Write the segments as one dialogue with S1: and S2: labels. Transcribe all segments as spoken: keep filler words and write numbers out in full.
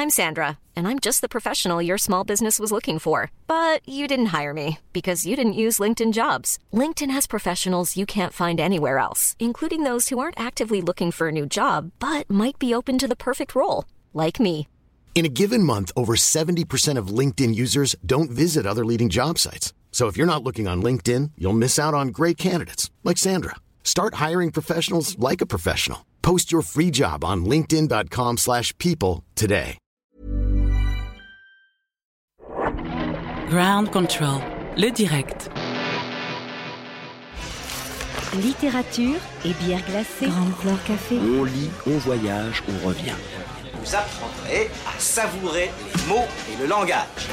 S1: I'm Sandra, and I'm just the professional your small business was looking for. But you didn't hire me because you didn't use LinkedIn Jobs. LinkedIn has professionals you can't find anywhere else, including those who aren't actively looking for a new job, but might be open to the perfect role, like me.
S2: In a given month, over seventy percent of LinkedIn users don't visit other leading job sites. So if you're not looking on LinkedIn, you'll miss out on great candidates like Sandra. Start hiring professionals like a professional. Post your free job on linkedin.com slash people today.
S3: Ground Control, le direct.
S4: Littérature et bière glacée.
S5: Grande Flore Café.
S6: On lit, on voyage, on revient.
S7: Vous apprendrez à savourer les mots et le langage.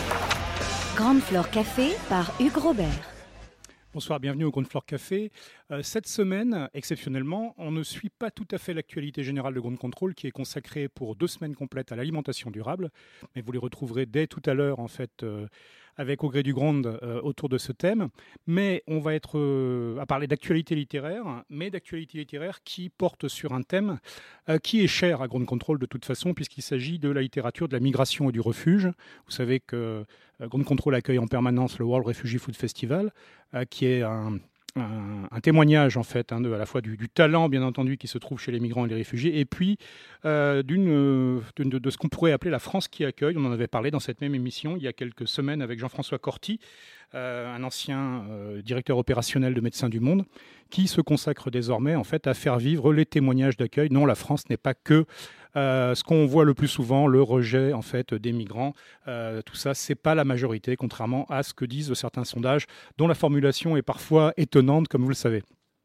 S4: Grande Flore Café par Hugues Robert.
S8: Bonsoir, bienvenue au Grande Flore Café. Euh, cette semaine, exceptionnellement, on ne suit pas tout à fait l'actualité générale de Ground Control qui est consacrée pour deux semaines complètes à l'alimentation durable. Mais vous les retrouverez dès tout à l'heure, en fait, euh, avec Au gré du Grand euh, autour de ce thème. Mais on va être euh, à parler d'actualité littéraire, mais d'actualité littéraire qui porte sur un thème euh, qui est cher à Ground Control de toute façon, puisqu'il s'agit de la littérature de la migration et du refuge. Vous savez que euh, Ground Control accueille en permanence le World Refugee Food Festival, euh, qui est un, un, un témoignage en fait, hein, de, à la fois du, du talent bien entendu qui se trouve chez les migrants et les réfugiés, et puis euh, d'une, d'une, de, de ce qu'on pourrait appeler la France qui accueille. On en avait parlé dans cette même émission il y a quelques semaines avec Jean-François Corti, euh, un ancien euh, directeur opérationnel de Médecins du Monde, qui se consacre désormais en fait à faire vivre les témoignages d'accueil. Non, la France n'est pas que Euh, ce qu'on voit le plus souvent, le rejet en fait des migrants, euh, tout ça, c'est pas la majorité, contrairement à ce que disent certains sondages, dont la formulation est parfois étonnante, comme vous le savez.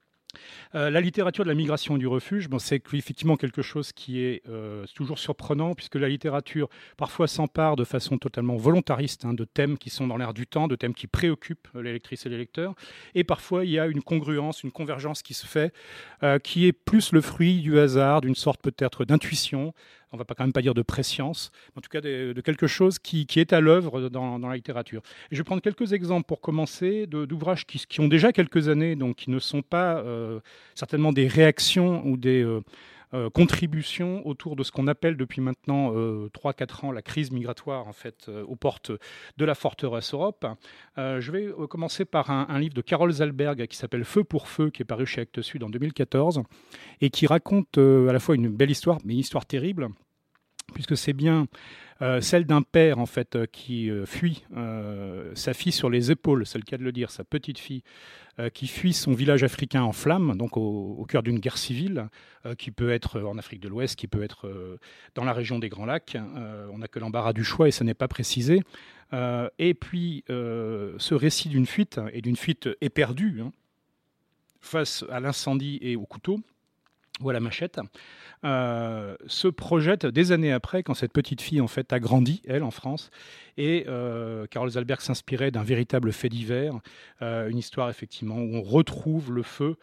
S8: Euh, la littérature de la migration et du refuge, bon, c'est effectivement quelque chose qui est euh, toujours surprenant, puisque la littérature parfois s'empare de façon totalement volontariste hein, de thèmes qui sont dans l'air du temps, de thèmes qui préoccupent les lectrices et les lecteurs, et parfois il y a une congruence, une convergence qui se fait, euh, qui est plus le fruit du hasard, d'une sorte peut-être d'intuition, on ne va pas quand même pas dire de préscience, en tout cas de, de quelque chose qui, qui est à l'œuvre dans, dans la littérature. Et je vais prendre quelques exemples pour commencer de, d'ouvrages qui, qui ont déjà quelques années, donc qui ne sont pas euh, certainement des réactions ou des euh, euh, contributions autour de ce qu'on appelle depuis maintenant euh, trois quatre ans la crise migratoire en fait, euh, aux portes de la forteresse Europe. Euh, je vais euh, commencer par un, un livre de Carol Zalberg qui s'appelle Feu pour Feu, qui est paru chez Actes Sud en deux mille quatorze et qui raconte euh, à la fois une belle histoire, mais une histoire terrible, puisque c'est bien euh, celle d'un père en fait euh, qui euh, fuit euh, sa fille sur les épaules, c'est le cas de le dire, sa petite fille, euh, qui fuit son village africain en flammes, donc au, au cœur d'une guerre civile, euh, qui peut être en Afrique de l'Ouest, qui peut être euh, dans la région des Grands Lacs. Euh, on n'a que l'embarras du choix et ça n'est pas précisé. Euh, et puis euh, ce récit d'une fuite, et d'une fuite éperdue, hein, face à l'incendie et au couteau, ou à la machette, euh, se projette des années après, quand cette petite fille en fait a grandi, elle, en France, et euh, Carol Zalberg s'inspirait d'un véritable fait divers, euh, une histoire effectivement où on retrouve le feu,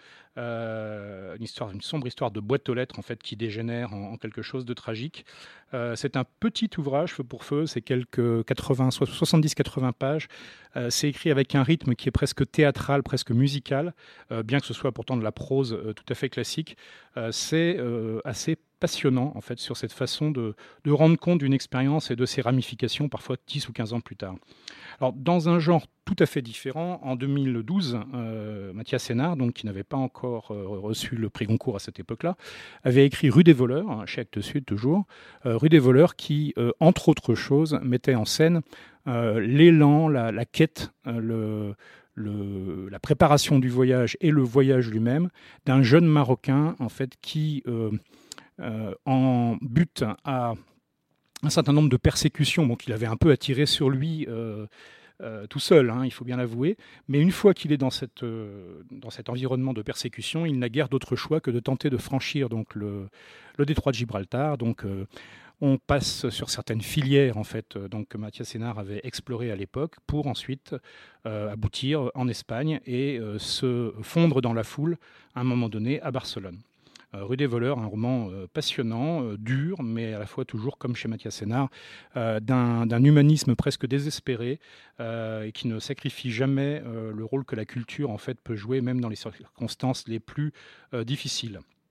S8: euh, une histoire, une sombre histoire de boîte aux lettres en fait qui dégénère en, en quelque chose de tragique. Euh, c'est un petit ouvrage, Feu pour Feu, c'est quelques quatre-vingts, soixante-dix quatre-vingts pages. Euh, c'est écrit avec un rythme qui est presque théâtral, presque musical, euh, bien que ce soit pourtant de la prose euh, tout à fait classique. Euh, c'est euh, assez passionnant en fait sur cette façon de, de rendre compte d'une expérience et de ses ramifications parfois dix ou quinze ans plus tard. Alors dans un genre tout à fait différent, en deux mille douze, euh, Mathias Sénard, donc, qui n'avait pas encore euh, reçu le prix Goncourt à cette époque-là, avait écrit Rue des voleurs, hein, chez Actes Sud toujours, euh, Rue des voleurs qui, euh, entre autres choses, mettait en scène euh, l'élan, la, la quête, euh, le... Le, la préparation du voyage et le voyage lui-même d'un jeune Marocain en fait qui euh, euh, en bute à un certain nombre de persécutions bon, qu'il avait un peu attirées sur lui euh, euh, tout seul, hein, il faut bien l'avouer, mais une fois qu'il est dans, cette, euh, dans cet environnement de persécution, il n'a guère d'autre choix que de tenter de franchir donc, le, le détroit de Gibraltar, donc euh, on passe sur certaines filières en fait, donc, que Mathias Sénard avait explorées à l'époque pour ensuite euh, aboutir en Espagne et euh, se fondre dans la foule à un moment donné à Barcelone. Euh, Rue des voleurs, un roman euh, passionnant, euh, dur, mais à la fois toujours, comme chez Mathias Sénard, euh, d'un, d'un humanisme presque désespéré euh, et qui ne sacrifie jamais euh, le rôle que la culture en fait, peut jouer, même dans les circonstances les plus euh, difficiles.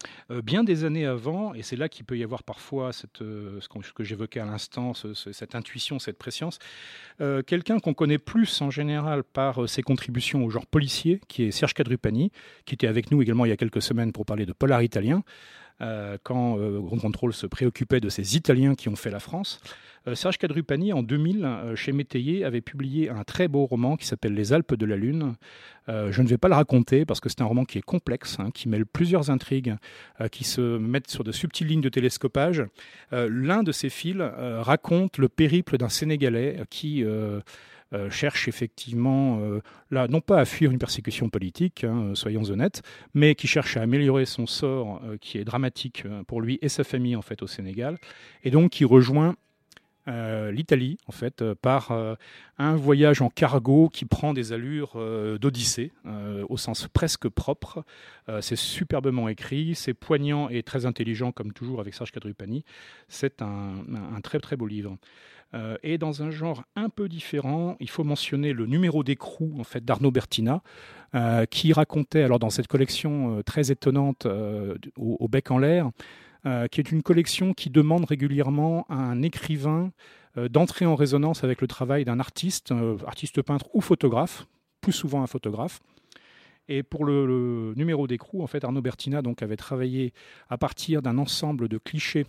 S8: Euh, bien des années avant, et c'est là qu'il peut y avoir parfois cette, euh, ce, qu'on- ce que j'évoquais à l'instant, ce- ce- cette intuition, cette préscience, euh, quelqu'un qu'on connaît plus en général par euh, ses contributions au genre policier, qui est Serge Cadrupani, qui était avec nous également il y a quelques semaines pour parler de Polar italien, euh, quand euh, Ground Control se préoccupait de ces Italiens qui ont fait la France. Euh, Serge Cadrupani, en deux mille, euh, chez Métayer, avait publié un très beau roman qui s'appelle Les Alpes de la Lune. Euh, je ne vais pas le raconter parce que c'est un roman qui est complexe, hein, qui mêle plusieurs intrigues, euh, qui se mettent sur de subtiles lignes de télescopage. Euh, l'un de ces fils euh, raconte le périple d'un Sénégalais qui euh, euh, cherche effectivement, euh, là, non pas à fuir une persécution politique, hein, soyons honnêtes, mais qui cherche à améliorer son sort, euh, qui est dramatique euh, pour lui et sa famille en fait au Sénégal, et donc qui rejoint Euh, l'Italie, en fait, euh, par euh, un voyage en cargo qui prend des allures euh, d'Odyssée, euh, au sens presque propre. Euh, c'est superbement écrit, c'est poignant et très intelligent, comme toujours avec Serge Cadrupani. C'est un, un, un très très beau livre. Euh, et dans un genre un peu différent, il faut mentionner le numéro d'écrou en fait, d'Arnaud Bertina, euh, qui racontait, alors dans cette collection euh, très étonnante euh, au, au bec en l'air, Euh, qui est une collection qui demande régulièrement à un écrivain euh, d'entrer en résonance avec le travail d'un artiste, euh, artiste peintre ou photographe, plus souvent un photographe. Et pour le, le numéro d'écrou, en fait, Arnaud Bertina donc, avait travaillé à partir d'un ensemble de clichés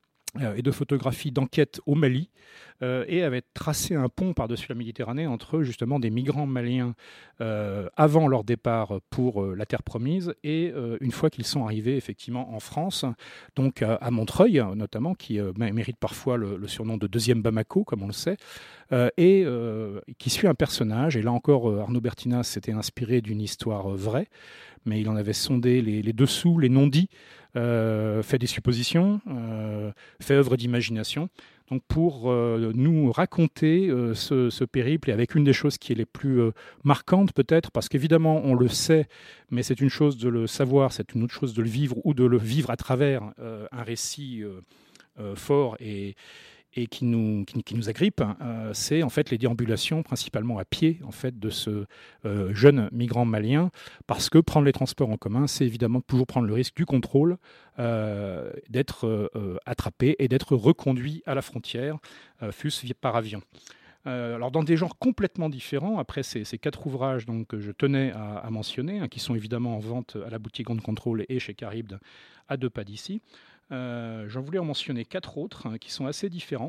S8: et de photographies d'enquête au Mali, euh, et avait tracé un pont par-dessus la Méditerranée entre justement des migrants maliens euh, avant leur départ pour euh, la Terre Promise et euh, une fois qu'ils sont arrivés effectivement en France, donc à, à Montreuil notamment, qui euh, mérite parfois le, le surnom de deuxième Bamako, comme on le sait, euh, et euh, qui suit un personnage. Et là encore, euh, Arnaud Bertina s'était inspiré d'une histoire euh, vraie, mais il en avait sondé les, les dessous, les non-dits, euh, fait des suppositions, euh, fait œuvre d'imagination, donc pour euh, nous raconter euh, ce, ce périple, et avec une des choses qui est les plus euh, marquantes peut-être, parce qu'évidemment on le sait, mais c'est une chose de le savoir, c'est une autre chose de le vivre, ou de le vivre à travers euh, un récit euh, euh, fort et et qui nous, qui, qui nous agrippe, euh, c'est en fait les déambulations, principalement à pied, en fait, de ce euh, jeune migrant malien, parce que prendre les transports en commun, c'est évidemment toujours prendre le risque du contrôle, euh, d'être euh, attrapé et d'être reconduit à la frontière, euh, fût-ce par avion. Euh, alors dans des genres complètement différents, après ces, ces quatre ouvrages donc, que je tenais à, à mentionner, hein, qui sont évidemment en vente à la boutique Ground Control et chez Charybde, à deux pas d'ici, Euh, j'en voulais en mentionner quatre autres hein, qui sont assez différents,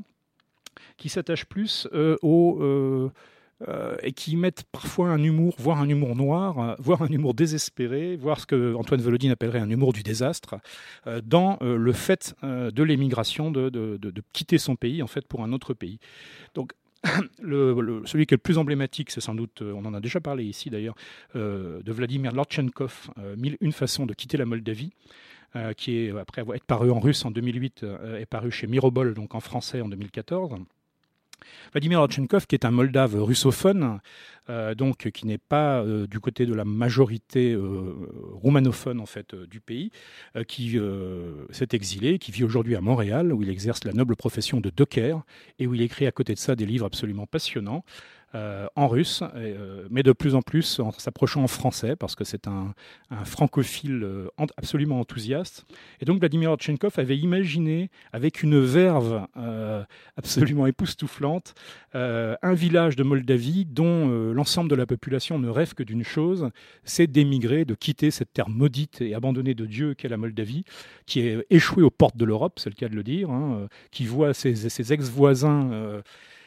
S8: qui s'attachent plus euh, au... Euh, euh, et qui mettent parfois un humour, voire un humour noir, euh, voire un humour désespéré, voire ce que Antoine Volodine appellerait un humour du désastre, euh, dans euh, le fait euh, de l'émigration, de, de, de, de quitter son pays en fait, pour un autre pays. Donc, Le, le, celui qui est le plus emblématique, c'est sans doute, on en a déjà parlé ici d'ailleurs, euh, de Vladimir Lortchenkov, euh, Mille une façons de quitter la Moldavie, euh, qui est, après avoir été paru en russe en deux mille huit, euh, est paru chez Mirobol, donc en français en deux mille quatorze. Vladimir Lortchenkov, qui est un Moldave russophone, euh, donc qui n'est pas euh, du côté de la majorité euh, roumanophone en fait euh, du pays, euh, qui euh, s'est exilé, qui vit aujourd'hui à Montréal, où il exerce la noble profession de docker et où il écrit à côté de ça des livres absolument passionnants. Euh, en russe, euh, mais de plus en plus en s'approchant en français, parce que c'est un, un francophile euh, absolument enthousiaste. Et donc Vladimir Lortchenkov avait imaginé, avec une verve euh, absolument époustouflante, euh, un village de Moldavie dont euh, l'ensemble de la population ne rêve que d'une chose, c'est d'émigrer, de quitter cette terre maudite et abandonnée de Dieu qu'est la Moldavie, qui est échouée aux portes de l'Europe, c'est le cas de le dire, hein, qui voit ses, ses ex-voisins euh,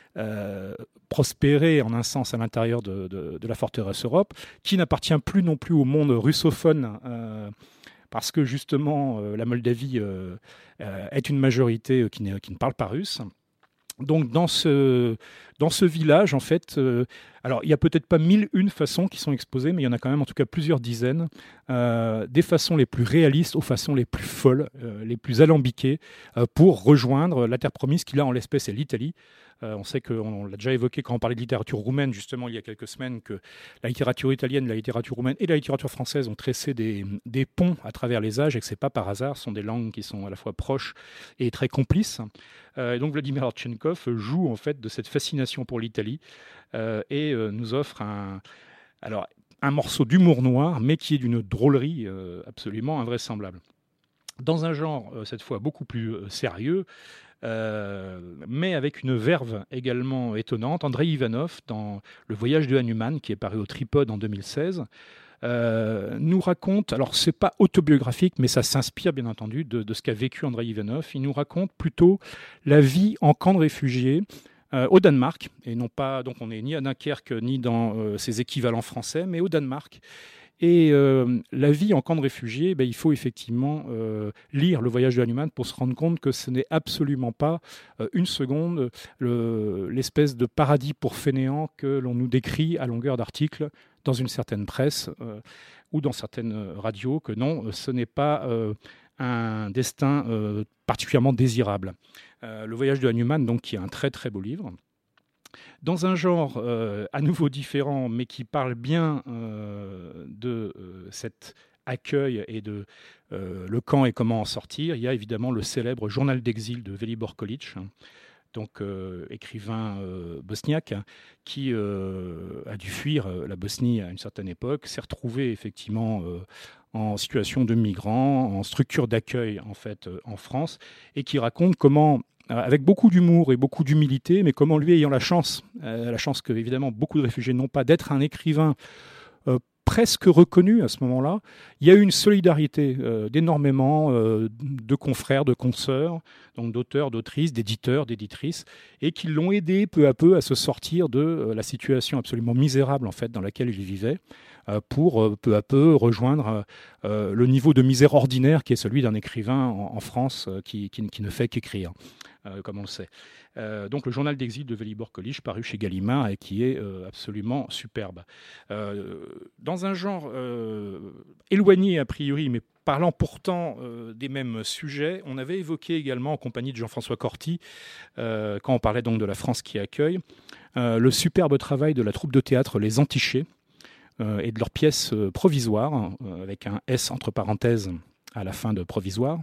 S8: Euh, prospérer en un sens à l'intérieur de, de, de la forteresse Europe, qui n'appartient plus non plus au monde russophone, euh, parce que justement euh, la Moldavie euh, euh, est une majorité qui, qui ne parle pas russe. Donc dans ce, dans ce village, en fait, euh, alors il n'y a peut-être pas mille une façons qui sont exposées, mais il y en a quand même en tout cas plusieurs dizaines, euh, des façons les plus réalistes aux façons les plus folles, euh, les plus alambiquées, euh, pour rejoindre la terre promise qui là en l'espèce est l'Italie. Euh, on sait qu'on l'a déjà évoqué quand on parlait de littérature roumaine, justement, il y a quelques semaines, que la littérature italienne, la littérature roumaine et la littérature française ont tressé des, des ponts à travers les âges et que ce n'est pas par hasard, ce sont des langues qui sont à la fois proches et très complices. Euh, et donc Vladimir Lortchenkov joue en fait de cette fascination pour l'Italie euh, et euh, nous offre un, alors, un morceau d'humour noir, mais qui est d'une drôlerie euh, absolument invraisemblable. dans un genre, euh, cette fois, beaucoup plus euh, sérieux, euh, mais avec une verve également étonnante. Andrei Ivanov, dans Le voyage de Hanuman, qui est paru au Tripode en deux mille seize, euh, nous raconte, alors c'est pas autobiographique, mais ça s'inspire bien entendu de, de ce qu'a vécu Andrei Ivanov. Il nous raconte plutôt la vie en camp de réfugiés, Euh, au Danemark, et non pas, donc on n'est ni à Dunkerque ni dans euh, ses équivalents français, mais au Danemark. Et euh, la vie en camp de réfugiés, ben, il faut effectivement euh, lire Le voyage de Hanuman pour se rendre compte que ce n'est absolument pas euh, une seconde le, l'espèce de paradis pour fainéants que l'on nous décrit à longueur d'articles dans une certaine presse euh, ou dans certaines radios, que non, ce n'est pas euh, un destin euh, particulièrement désirable. Euh, Le voyage de Hanuman, donc, qui est un très très beau livre, dans un genre euh, à nouveau différent, mais qui parle bien euh, de euh, cet accueil et de euh, le camp et comment en sortir. Il y a évidemment le célèbre Journal d'exil de Velibor Kolic, donc euh, écrivain euh, bosniaque, qui euh, a dû fuir la Bosnie à une certaine époque, s'est retrouvé effectivement euh, en situation de migrant, en structure d'accueil en fait euh, en France, et qui raconte comment, avec beaucoup d'humour et beaucoup d'humilité, mais comment lui, ayant la chance, euh, la chance que évidemment beaucoup de réfugiés n'ont pas, d'être un écrivain euh, presque reconnu à ce moment-là, il y a eu une solidarité euh, d'énormément euh, de confrères, de consoeurs, donc d'auteurs, d'autrices, d'éditeurs, d'éditrices, et qui l'ont aidé peu à peu à se sortir de euh, la situation absolument misérable en fait dans laquelle il vivait, euh, pour euh, peu à peu rejoindre euh, le niveau de misère ordinaire qui est celui d'un écrivain en, en France euh, qui, qui, qui ne fait qu'écrire. Euh, comme on le sait. Euh, donc le journal d'exil de Velibor Kolic, paru chez Gallimard et qui est euh, absolument superbe. Euh, dans un genre euh, éloigné a priori, mais parlant pourtant euh, des mêmes sujets, on avait évoqué également en compagnie de Jean-François Corti, euh, quand on parlait donc de la France qui accueille, euh, le superbe travail de la troupe de théâtre Les Entichés euh, et de leur pièce euh, provisoire, hein, avec un S entre parenthèses à la fin de provisoire.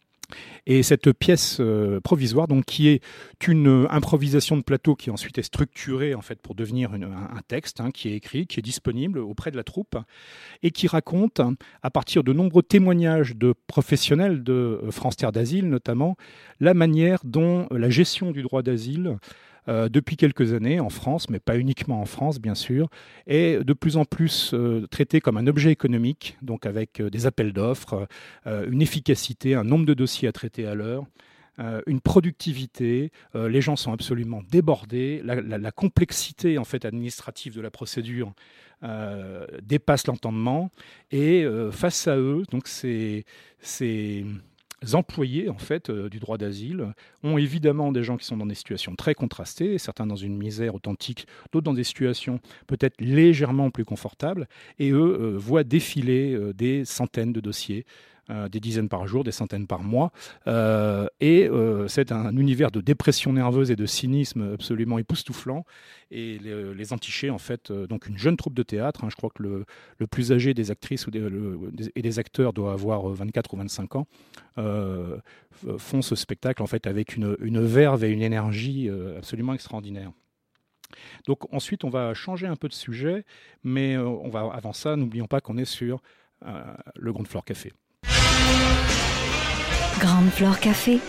S8: Et cette pièce euh, provisoire, donc, qui est une euh, improvisation de plateau qui ensuite est structurée en fait, pour devenir une, un, un texte hein, qui est écrit, qui est disponible auprès de la troupe et qui raconte, à partir de nombreux témoignages de professionnels de France Terre d'Asile notamment, la manière dont la gestion du droit d'asile Euh, depuis quelques années en France, mais pas uniquement en France bien sûr, est de plus en plus euh, traité comme un objet économique, donc avec euh, des appels d'offres, euh, une efficacité, un nombre de dossiers à traiter à l'heure, euh, une productivité, euh, les gens sont absolument débordés, la, la, la complexité en fait administrative de la procédure euh, dépasse l'entendement, et euh, face à eux, donc c'est... c'est employés en fait euh, du droit d'asile ont évidemment des gens qui sont dans des situations très contrastées, certains dans une misère authentique, d'autres dans des situations peut-être légèrement plus confortables, et eux euh, voient défiler euh, des centaines de dossiers, euh, des dizaines par jour, des centaines par mois, euh, et euh, c'est un univers de dépression nerveuse et de cynisme absolument époustouflant. Et les, les Entichés, en fait, euh, donc une jeune troupe de théâtre, hein, je crois que le, le plus âgé des actrices ou des, le, des, et des acteurs doit avoir vingt-quatre ou vingt-cinq ans, euh, font ce spectacle en fait avec une, une verve et une énergie euh, absolument extraordinaire. Donc ensuite, on va changer un peu de sujet, mais euh, on va, avant ça, n'oublions pas qu'on est sur euh, le Grande Flore Café.
S4: Grande Flore Café.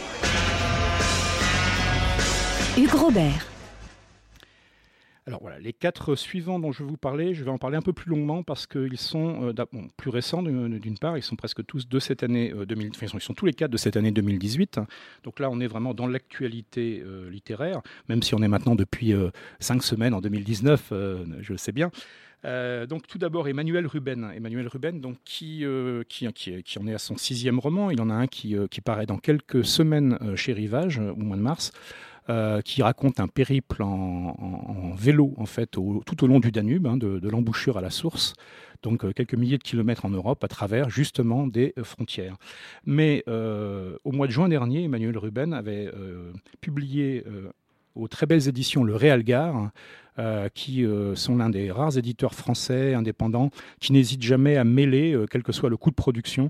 S4: Hugues Robert.
S8: Alors voilà, les quatre suivants dont je vais vous parler, je vais en parler un peu plus longuement parce qu'ils sont euh, bon, plus récents d'une part, ils sont presque tous de cette année euh, deux mille, enfin, ils sont tous les quatre de cette année deux mille dix-huit. Donc là, on est vraiment dans l'actualité euh, littéraire, même si on est maintenant depuis euh, cinq semaines en deux mille dix-neuf, euh, je le sais bien. Euh, donc tout d'abord Emmanuel Ruben, Emmanuel Ruben donc, qui, euh, qui, qui, qui en est à son sixième roman. Il en a un qui, euh, qui paraît dans quelques semaines euh, chez Rivage, euh, au mois de mars. Euh, qui raconte un périple en, en, en vélo en fait au, tout au long du Danube, hein, de, de l'embouchure à la source, donc euh, quelques milliers de kilomètres en Europe à travers justement des euh, frontières. Mais euh, au mois de juin dernier, Emmanuel Ruben avait euh, publié euh, aux très belles éditions Le Réalgard, euh, qui euh, sont l'un des rares éditeurs français indépendants qui n'hésitent jamais à mêler, euh, quel que soit le coût de production,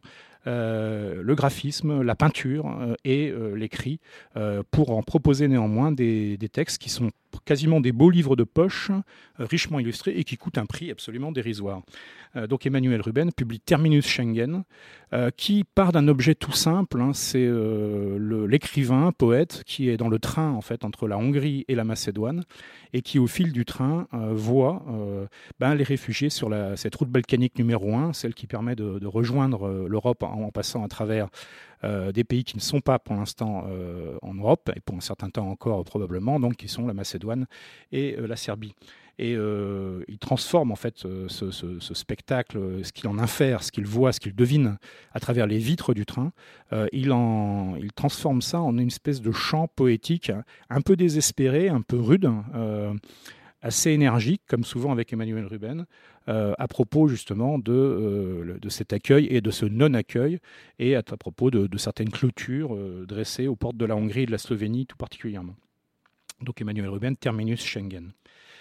S8: euh, le graphisme, la peinture euh, et euh, l'écrit, euh, pour en proposer néanmoins des, des textes qui sont quasiment des beaux livres de poche, euh, richement illustrés et qui coûtent un prix absolument dérisoire. Euh, donc Emmanuel Ruben publie Terminus Schengen, euh, qui part d'un objet tout simple, hein, c'est euh, le, l'écrivain, poète, qui est dans le train en fait entre la Hongrie et la Macédoine, et qui au fil du train euh, voit euh, ben, les réfugiés sur la, cette route balkanique numéro un, celle qui permet de, de rejoindre euh, l'Europe en, en passant à travers euh, des pays qui ne sont pas pour l'instant euh, en Europe, et pour un certain temps encore probablement, donc qui sont la Macédoine et euh, la Serbie. Et euh, il transforme en fait ce, ce, ce spectacle, ce qu'il en infère, ce qu'il voit, ce qu'il devine à travers les vitres du train. Euh, il, en, il transforme ça en une espèce de chant poétique, un peu désespéré, un peu rude, euh, assez énergique, comme souvent avec Emmanuel Ruben, euh, à propos justement de, euh, de cet accueil et de ce non-accueil, et à, à propos de, de certaines clôtures euh, dressées aux portes de la Hongrie et de la Slovénie tout particulièrement. Donc Emmanuel Ruben, Terminus Schengen.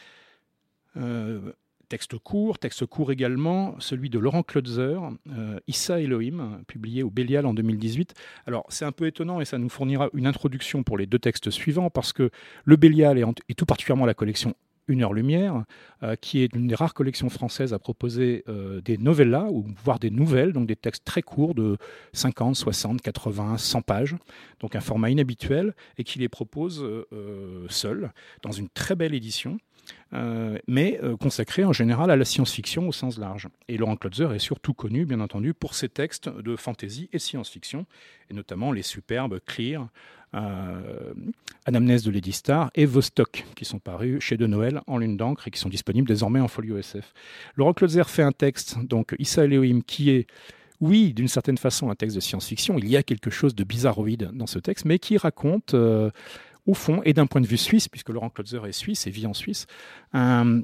S8: Euh, texte court, texte court également, celui de Laurent Klotzer, euh, Issa Elohim, publié au Bélial en deux mille dix-huit. Alors c'est un peu étonnant et ça nous fournira une introduction pour les deux textes suivants, parce que le Bélial est, en, et tout particulièrement la collection Une heure lumière, euh, qui est une des rares collections françaises à proposer euh, des novellas, ou voire des nouvelles, donc des textes très courts de cinquante, soixante, quatre-vingts, cent pages, donc un format inhabituel, et qui les propose euh, seul, dans une très belle édition. Euh, mais euh, consacré en général à la science-fiction au sens large. Et Laurent Klotzer est surtout connu, bien entendu, pour ses textes de fantasy et science-fiction, et notamment les superbes Clear, euh, Anamnèse de Lady Star et Vostok, qui sont parus chez De Noël en lune d'encre et qui sont disponibles désormais en folio S F. Laurent Klotzer fait un texte, donc Issa Elohim, qui est, oui, d'une certaine façon, un texte de science-fiction. Il y a quelque chose de bizarroïde dans ce texte, mais qui raconte... Euh, au fond, et d'un point de vue suisse, puisque Laurent Klotzer est suisse et vit en Suisse, un,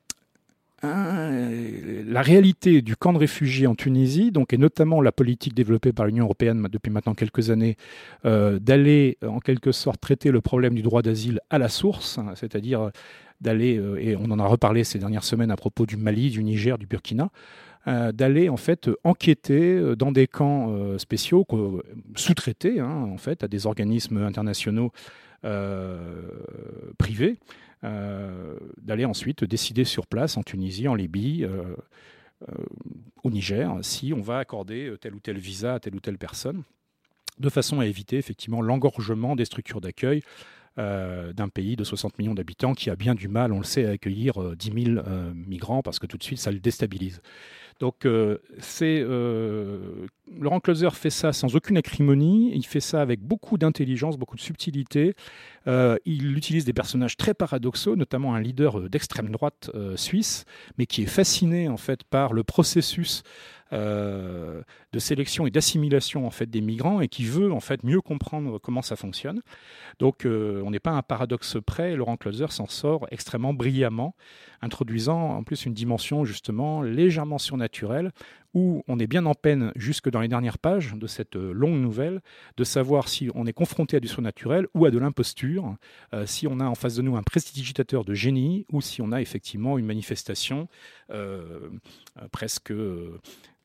S8: un, la réalité du camp de réfugiés en Tunisie, donc, et notamment la politique développée par l'Union européenne depuis maintenant quelques années, euh, d'aller en quelque sorte traiter le problème du droit d'asile à la source, hein, c'est-à-dire d'aller, euh, et on en a reparlé ces dernières semaines à propos du Mali, du Niger, du Burkina, euh, d'aller en fait enquêter dans des camps euh, spéciaux, euh, sous-traités hein, en fait, à des organismes internationaux Euh, privés, euh, d'aller ensuite décider sur place en Tunisie, en Libye, euh, euh, au Niger, si on va accorder tel ou tel visa à telle ou telle personne, de façon à éviter effectivement l'engorgement des structures d'accueil euh, d'un pays de soixante millions d'habitants qui a bien du mal, on le sait, à accueillir euh, dix mille euh, migrants, parce que tout de suite ça le déstabilise. Donc euh, c'est euh, Laurent Klotzer fait ça sans aucune acrimonie, il fait ça avec beaucoup d'intelligence, beaucoup de subtilité. Euh, il utilise des personnages très paradoxaux, notamment un leader d'extrême droite euh, suisse, mais qui est fasciné en fait par le processus euh, de sélection et d'assimilation en fait des migrants, et qui veut en fait mieux comprendre comment ça fonctionne. Donc euh, on n'est pas à un paradoxe près. Laurent Klotzer s'en sort extrêmement brillamment, introduisant en plus une dimension justement légèrement surnaturelle, où on est bien en peine, jusque dans les dernières pages de cette longue nouvelle, de savoir si on est confronté à du surnaturel ou à de l'imposture, euh, si on a en face de nous un prestidigitateur de génie, ou si on a effectivement une manifestation euh, euh, presque euh,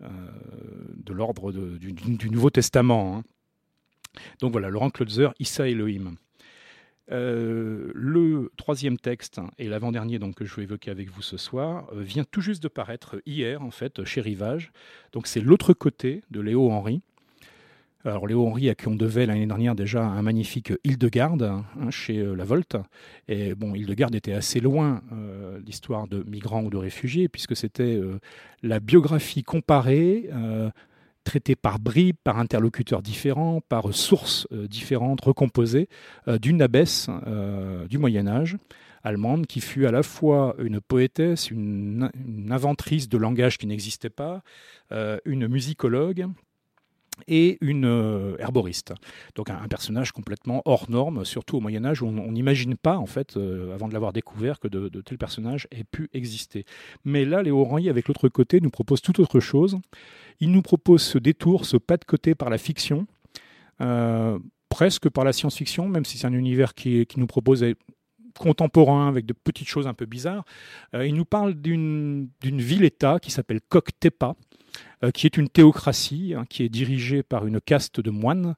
S8: de l'ordre de, du, du Nouveau Testament. Hein. Donc voilà, Laurent Klotzer, Issa Elohim. Euh, le troisième texte, et l'avant-dernier donc, que je vais évoquer avec vous ce soir, euh, vient tout juste de paraître hier, en fait, chez Rivage. Donc c'est L'autre côté de Léo Henry. Alors Léo Henry, à qui on devait l'année dernière déjà un magnifique Hildegarde hein, chez euh, La Volte. Et bon, Hildegarde était assez loin euh, l'histoire de migrants ou de réfugiés, puisque c'était euh, la biographie comparée, euh, traité par bribes, par interlocuteurs différents, par sources euh, différentes, recomposées, euh, d'une abbesse euh, du Moyen-Âge allemande, qui fut à la fois une poétesse, une, une inventrice de langage qui n'existait pas, euh, une musicologue et une euh, herboriste. Donc un, un personnage complètement hors norme, surtout au Moyen-Âge, où on n'imagine pas, en fait, euh, avant de l'avoir découvert, que de, de tels personnages aient pu exister. Mais là, Léo Henry, avec L'autre côté, nous propose tout autre chose. Il nous propose ce détour, ce pas de côté par la fiction, euh, presque par la science-fiction, même si c'est un univers qui, qui nous propose contemporain, avec de petites choses un peu bizarres. Euh, il nous parle d'une, d'une ville-État qui s'appelle Koh Tepa, euh, qui est une théocratie, hein, qui est dirigée par une caste de moines.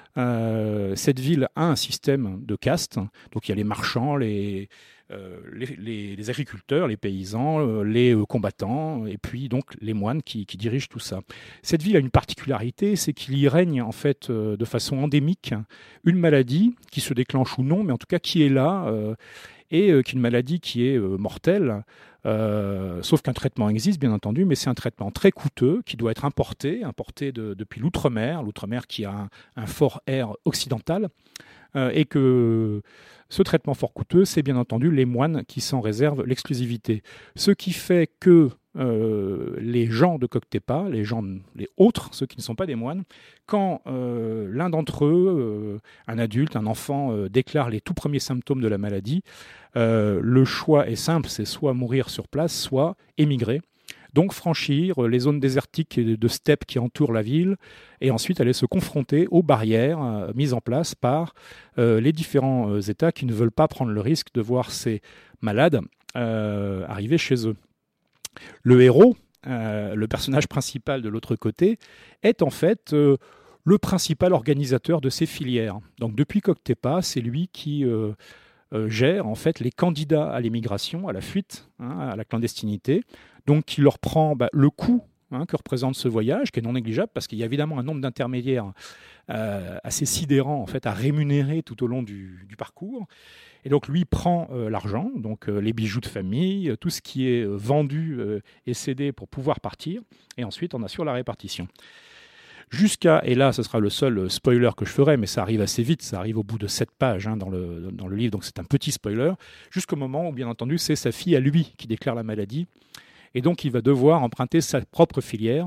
S8: Euh, cette ville a un système de castes, donc il y a les marchands, les, euh, les, les, les agriculteurs, les paysans, euh, les euh, combattants, et puis donc les moines qui, qui dirigent tout ça. Cette ville a une particularité, c'est qu'il y règne en fait euh, de façon endémique une maladie qui se déclenche ou non, mais en tout cas qui est là, euh, et euh, qui est une maladie qui est euh, mortelle. Euh, sauf qu'un traitement existe, bien entendu, mais c'est un traitement très coûteux qui doit être importé, importé de, depuis l'outre-mer, l'outre-mer qui a un, un fort air occidental, euh, et que ce traitement fort coûteux, c'est bien entendu les moines qui s'en réservent l'exclusivité. Ce qui fait que euh, les gens de Coctepa, les gens, les autres, ceux qui ne sont pas des moines, quand euh, l'un d'entre eux, euh, un adulte, un enfant, euh, déclare les tout premiers symptômes de la maladie, euh, le choix est simple, c'est soit mourir sur place, soit émigrer. Donc franchir les zones désertiques et de steppe qui entourent la ville et ensuite aller se confronter aux barrières euh, mises en place par euh, les différents euh, États qui ne veulent pas prendre le risque de voir ces malades euh, arriver chez eux. Le héros, euh, le personnage principal de l'autre côté, est en fait euh, le principal organisateur de ces filières. Donc depuis Coctepa, c'est lui qui euh, euh, gère en fait les candidats à l'émigration, à la fuite, hein, à la clandestinité. Donc qui leur prend bah, le coût hein, que représente ce voyage, qui est non négligeable, parce qu'il y a évidemment un nombre d'intermédiaires euh, assez sidérant en fait, à rémunérer tout au long du, du parcours. Et donc lui prend euh, l'argent, donc euh, les bijoux de famille, euh, tout ce qui est euh, vendu euh, et cédé pour pouvoir partir, et ensuite on assure la répartition. Jusqu'à, et là ce sera le seul spoiler que je ferai, mais ça arrive assez vite, ça arrive au bout de sept pages hein, dans, le, dans le livre, donc c'est un petit spoiler, jusqu'au moment où bien entendu c'est sa fille à lui qui déclare la maladie, et donc il va devoir emprunter sa propre filière.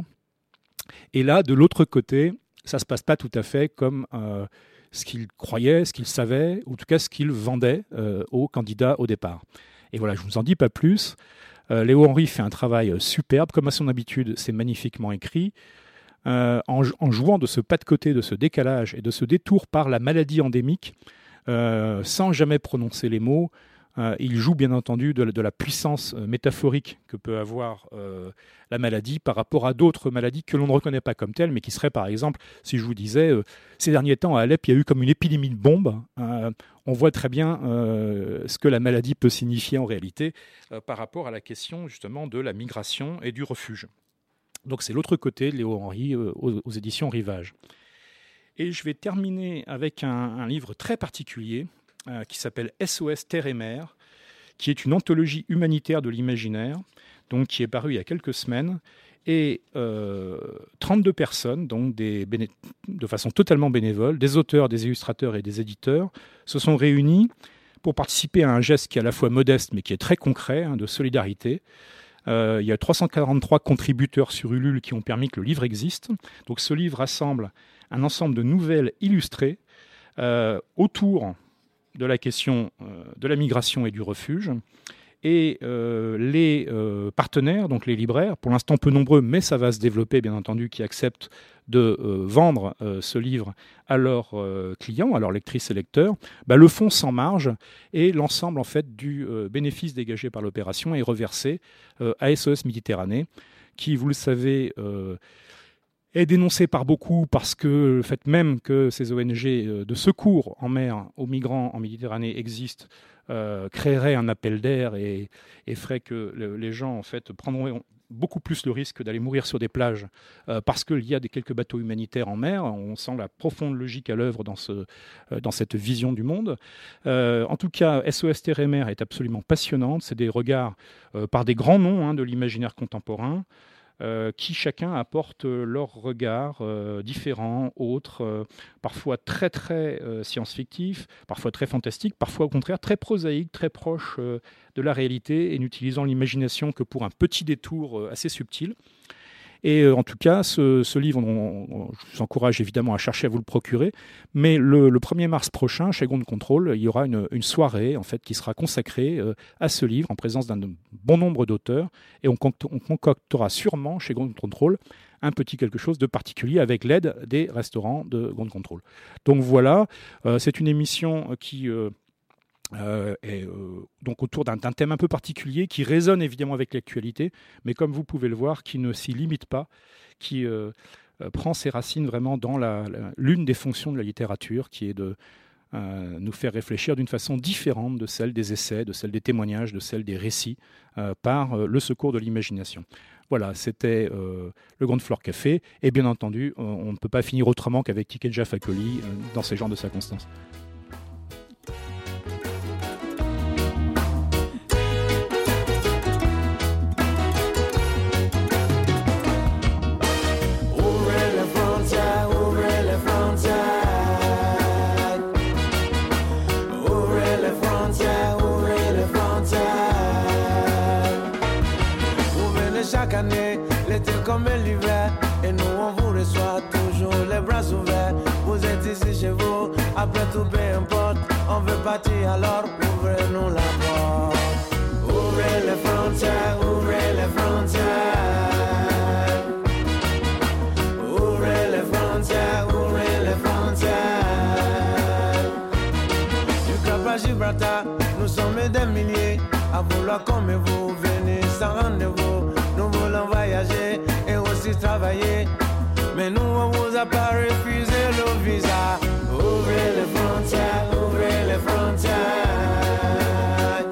S8: Et là, de l'autre côté, ça ne se passe pas tout à fait comme euh, ce qu'il croyait, ce qu'il savait, ou en tout cas ce qu'il vendait euh, aux candidats au départ. Et voilà, je ne vous en dis pas plus. Euh, Léo Henry fait un travail superbe, comme à son habitude, c'est magnifiquement écrit, euh, en, en jouant de ce pas de côté, de ce décalage et de ce détour par la maladie endémique, euh, sans jamais prononcer les mots. Euh, il joue bien entendu de la, de la puissance euh, métaphorique que peut avoir euh, la maladie par rapport à d'autres maladies que l'on ne reconnaît pas comme telles, mais qui seraient par exemple, si je vous disais, euh, ces derniers temps à Alep, il y a eu comme une épidémie de bombes. Euh, on voit très bien euh, ce que la maladie peut signifier en réalité euh, par rapport à la question justement de la migration et du refuge. Donc c'est l'autre côté de Léo Henry euh, aux, aux éditions Rivage. Et je vais terminer avec un, un livre très particulier Euh, qui s'appelle S O S Terre et Mer, qui est une anthologie humanitaire de l'imaginaire, donc qui est parue il y a quelques semaines, et euh, trente-deux personnes, donc des béné- de façon totalement bénévole, des auteurs, des illustrateurs et des éditeurs, se sont réunis pour participer à un geste qui est à la fois modeste, mais qui est très concret, hein, de solidarité. Euh, il y a trois cent quarante-trois contributeurs sur Ulule qui ont permis que le livre existe. Donc ce livre rassemble un ensemble de nouvelles illustrées euh, autour de la question euh, de la migration et du refuge. Et euh, les euh, partenaires, donc les libraires, pour l'instant peu nombreux, mais ça va se développer bien entendu, qui acceptent de euh, vendre euh, ce livre à leurs euh, clients, à leurs lectrices et lecteurs, bah, le font sans marge, et l'ensemble en fait du euh, bénéfice dégagé par l'opération est reversé euh, à S O S Méditerranée, qui, vous le savez, euh, est dénoncé par beaucoup parce que le fait même que ces O N G de secours en mer aux migrants en Méditerranée existent euh, créerait un appel d'air et, et ferait que le, les gens en fait prendront beaucoup plus le risque d'aller mourir sur des plages euh, parce qu'il y a des, quelques bateaux humanitaires en mer. On sent la profonde logique à l'œuvre dans, ce, euh, dans cette vision du monde. Euh, en tout cas, S O S Terre et Mer est absolument passionnante. C'est des regards euh, par des grands noms hein, de l'imaginaire contemporain. Euh, qui chacun apporte leur regard euh, différent, autre, euh, parfois très très euh, science-fictif, parfois très fantastique, parfois au contraire très prosaïque, très proche euh, de la réalité et n'utilisant l'imagination que pour un petit détour euh, assez subtil. Et euh, en tout cas, ce, ce livre, on, on, je vous encourage évidemment à chercher à vous le procurer, mais le, le premier mars prochain, chez Ground Control, il y aura une, une soirée en fait, qui sera consacrée euh, à ce livre en présence d'un bon nombre d'auteurs, et on, on concoctera sûrement chez Ground Control un petit quelque chose de particulier avec l'aide des restaurants de Ground Control. Donc voilà, euh, c'est une émission qui... Euh, Euh, et, euh, donc autour d'un, d'un thème un peu particulier qui résonne évidemment avec l'actualité, mais comme vous pouvez le voir, qui ne s'y limite pas, qui euh, euh, prend ses racines vraiment dans la, la, l'une des fonctions de la littérature, qui est de euh, nous faire réfléchir d'une façon différente de celle des essais, de celle des témoignages, de celle des récits, euh, par euh, le secours de l'imagination. Voilà, c'était euh, le Ground Floor Café, et bien entendu, on, on ne peut pas finir autrement qu'avec Tikedja Fakoly euh, dans ces genres de circonstances.
S5: Chaque année, l'été comme l'hiver, et nous on vous reçoit toujours les bras ouverts. Vous êtes ici chez vous, après tout peu importe, on veut partir alors ouvrez-nous la porte. Ouvrez les frontières, ouvrez les frontières. Ouvrez les frontières, ouvrez les frontières. Du Cap à Gibraltar, nous sommes des milliers à vouloir comme vous venir sans rendez-vous. Nous voulons voyager et aussi travailler, mais nous on vous a pas refusé le visa. Ouvrez les frontières, ouvrez les frontières.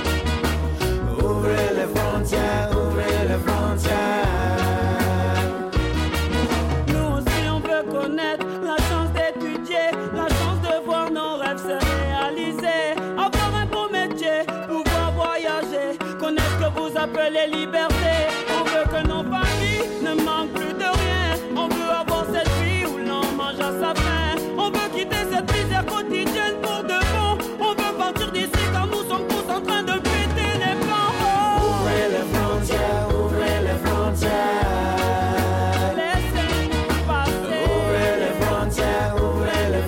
S5: Ouvrez les frontières, ouvrez les frontières. Nous aussi on veut connaître la chance d'étudier, la chance de voir nos rêves se réaliser. Avoir un beau métier, pouvoir voyager, connaître ce que vous appelez liberté. Que nos familles ne manquent plus de rien. On veut avoir cette vie où l'on mange à sa faim. On veut quitter cette misère quotidienne pour de bon. On veut partir d'ici car nous sommes tous en train de péter les plans. Oh. Ouvrez les frontières, ouvrez les frontières. Laissez-nous passer. Ouvrez les frontières, ouvrez les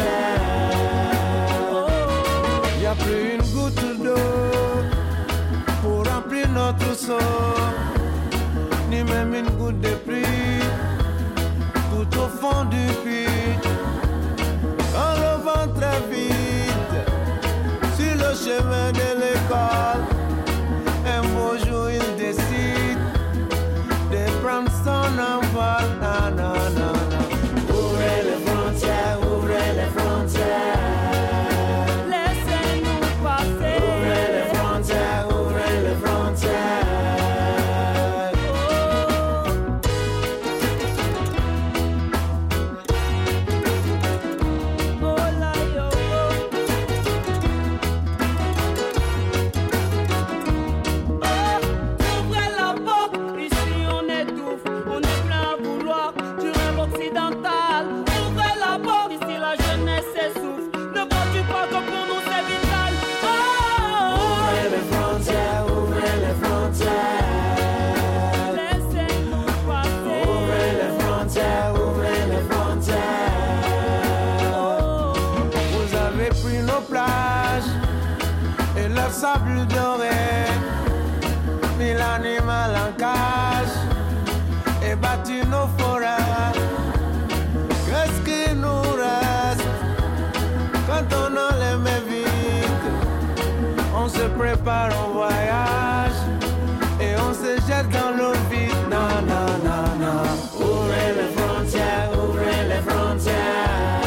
S5: frontières. Oh. Y a plus une goutte d'eau pour remplir notre seau, ni même une goutte de pluie, tout au fond du puits. On revend très vite sur le chemin de l'école. Un beau jour il décide de prendre son envol. Na, na, na, na. Ouvrez les frontières, ouvrez les frontières. Laissez-nous passer. Ouvrez les frontières, ouvrez les frontières. Sable doré, mis l'animal en cage et battu nos forêts. Qu'est-ce qui nous reste quand on a les mains vides? On se prépare au voyage et on se jette dans l'eau vide. Non, non, non, non. Ouvrez les frontières, ouvrez les frontières.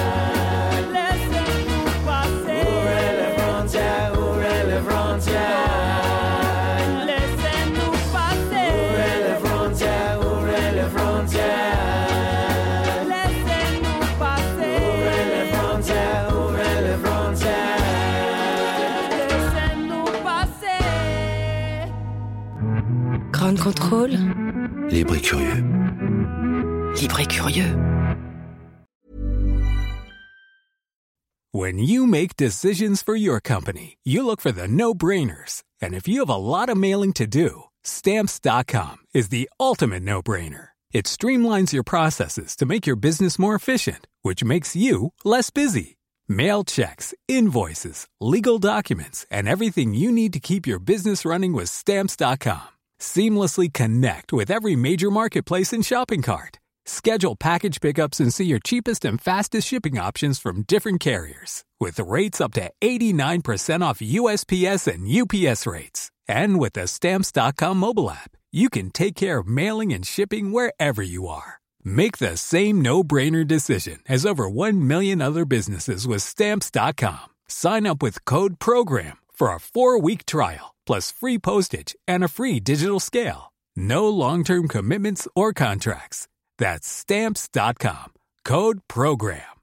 S5: Laissez-nous passer. Ouvrez les frontières, ouvrez les frontières. Laissez-nous passer. Ouvrez les frontières, ouvrez les frontières. Laissez-nous passer.
S3: Ground Control.
S6: Libre et curieux.
S3: Libre et curieux.
S9: When you make decisions for your company, you look for the no-brainers. And if you have a lot of mailing to do, Stamps dot com is the ultimate no-brainer. It streamlines your processes to make your business more efficient, which makes you less busy. Mail checks, invoices, legal documents, and everything you need to keep your business running with Stamps dot com. Seamlessly connect with every major marketplace and shopping cart. Schedule package pickups and see your cheapest and fastest shipping options from different carriers. with rates up to eighty-nine percent off U S P S and U P S rates. And with the Stamps dot com mobile app, you can take care of mailing and shipping wherever you are. Make the same no-brainer decision as over one million other businesses with Stamps dot com. Sign up with code PROGRAM for a four-week trial, plus free postage and a free digital scale. No long-term commitments or contracts. That's Stamps dot com. Code PROGRAM.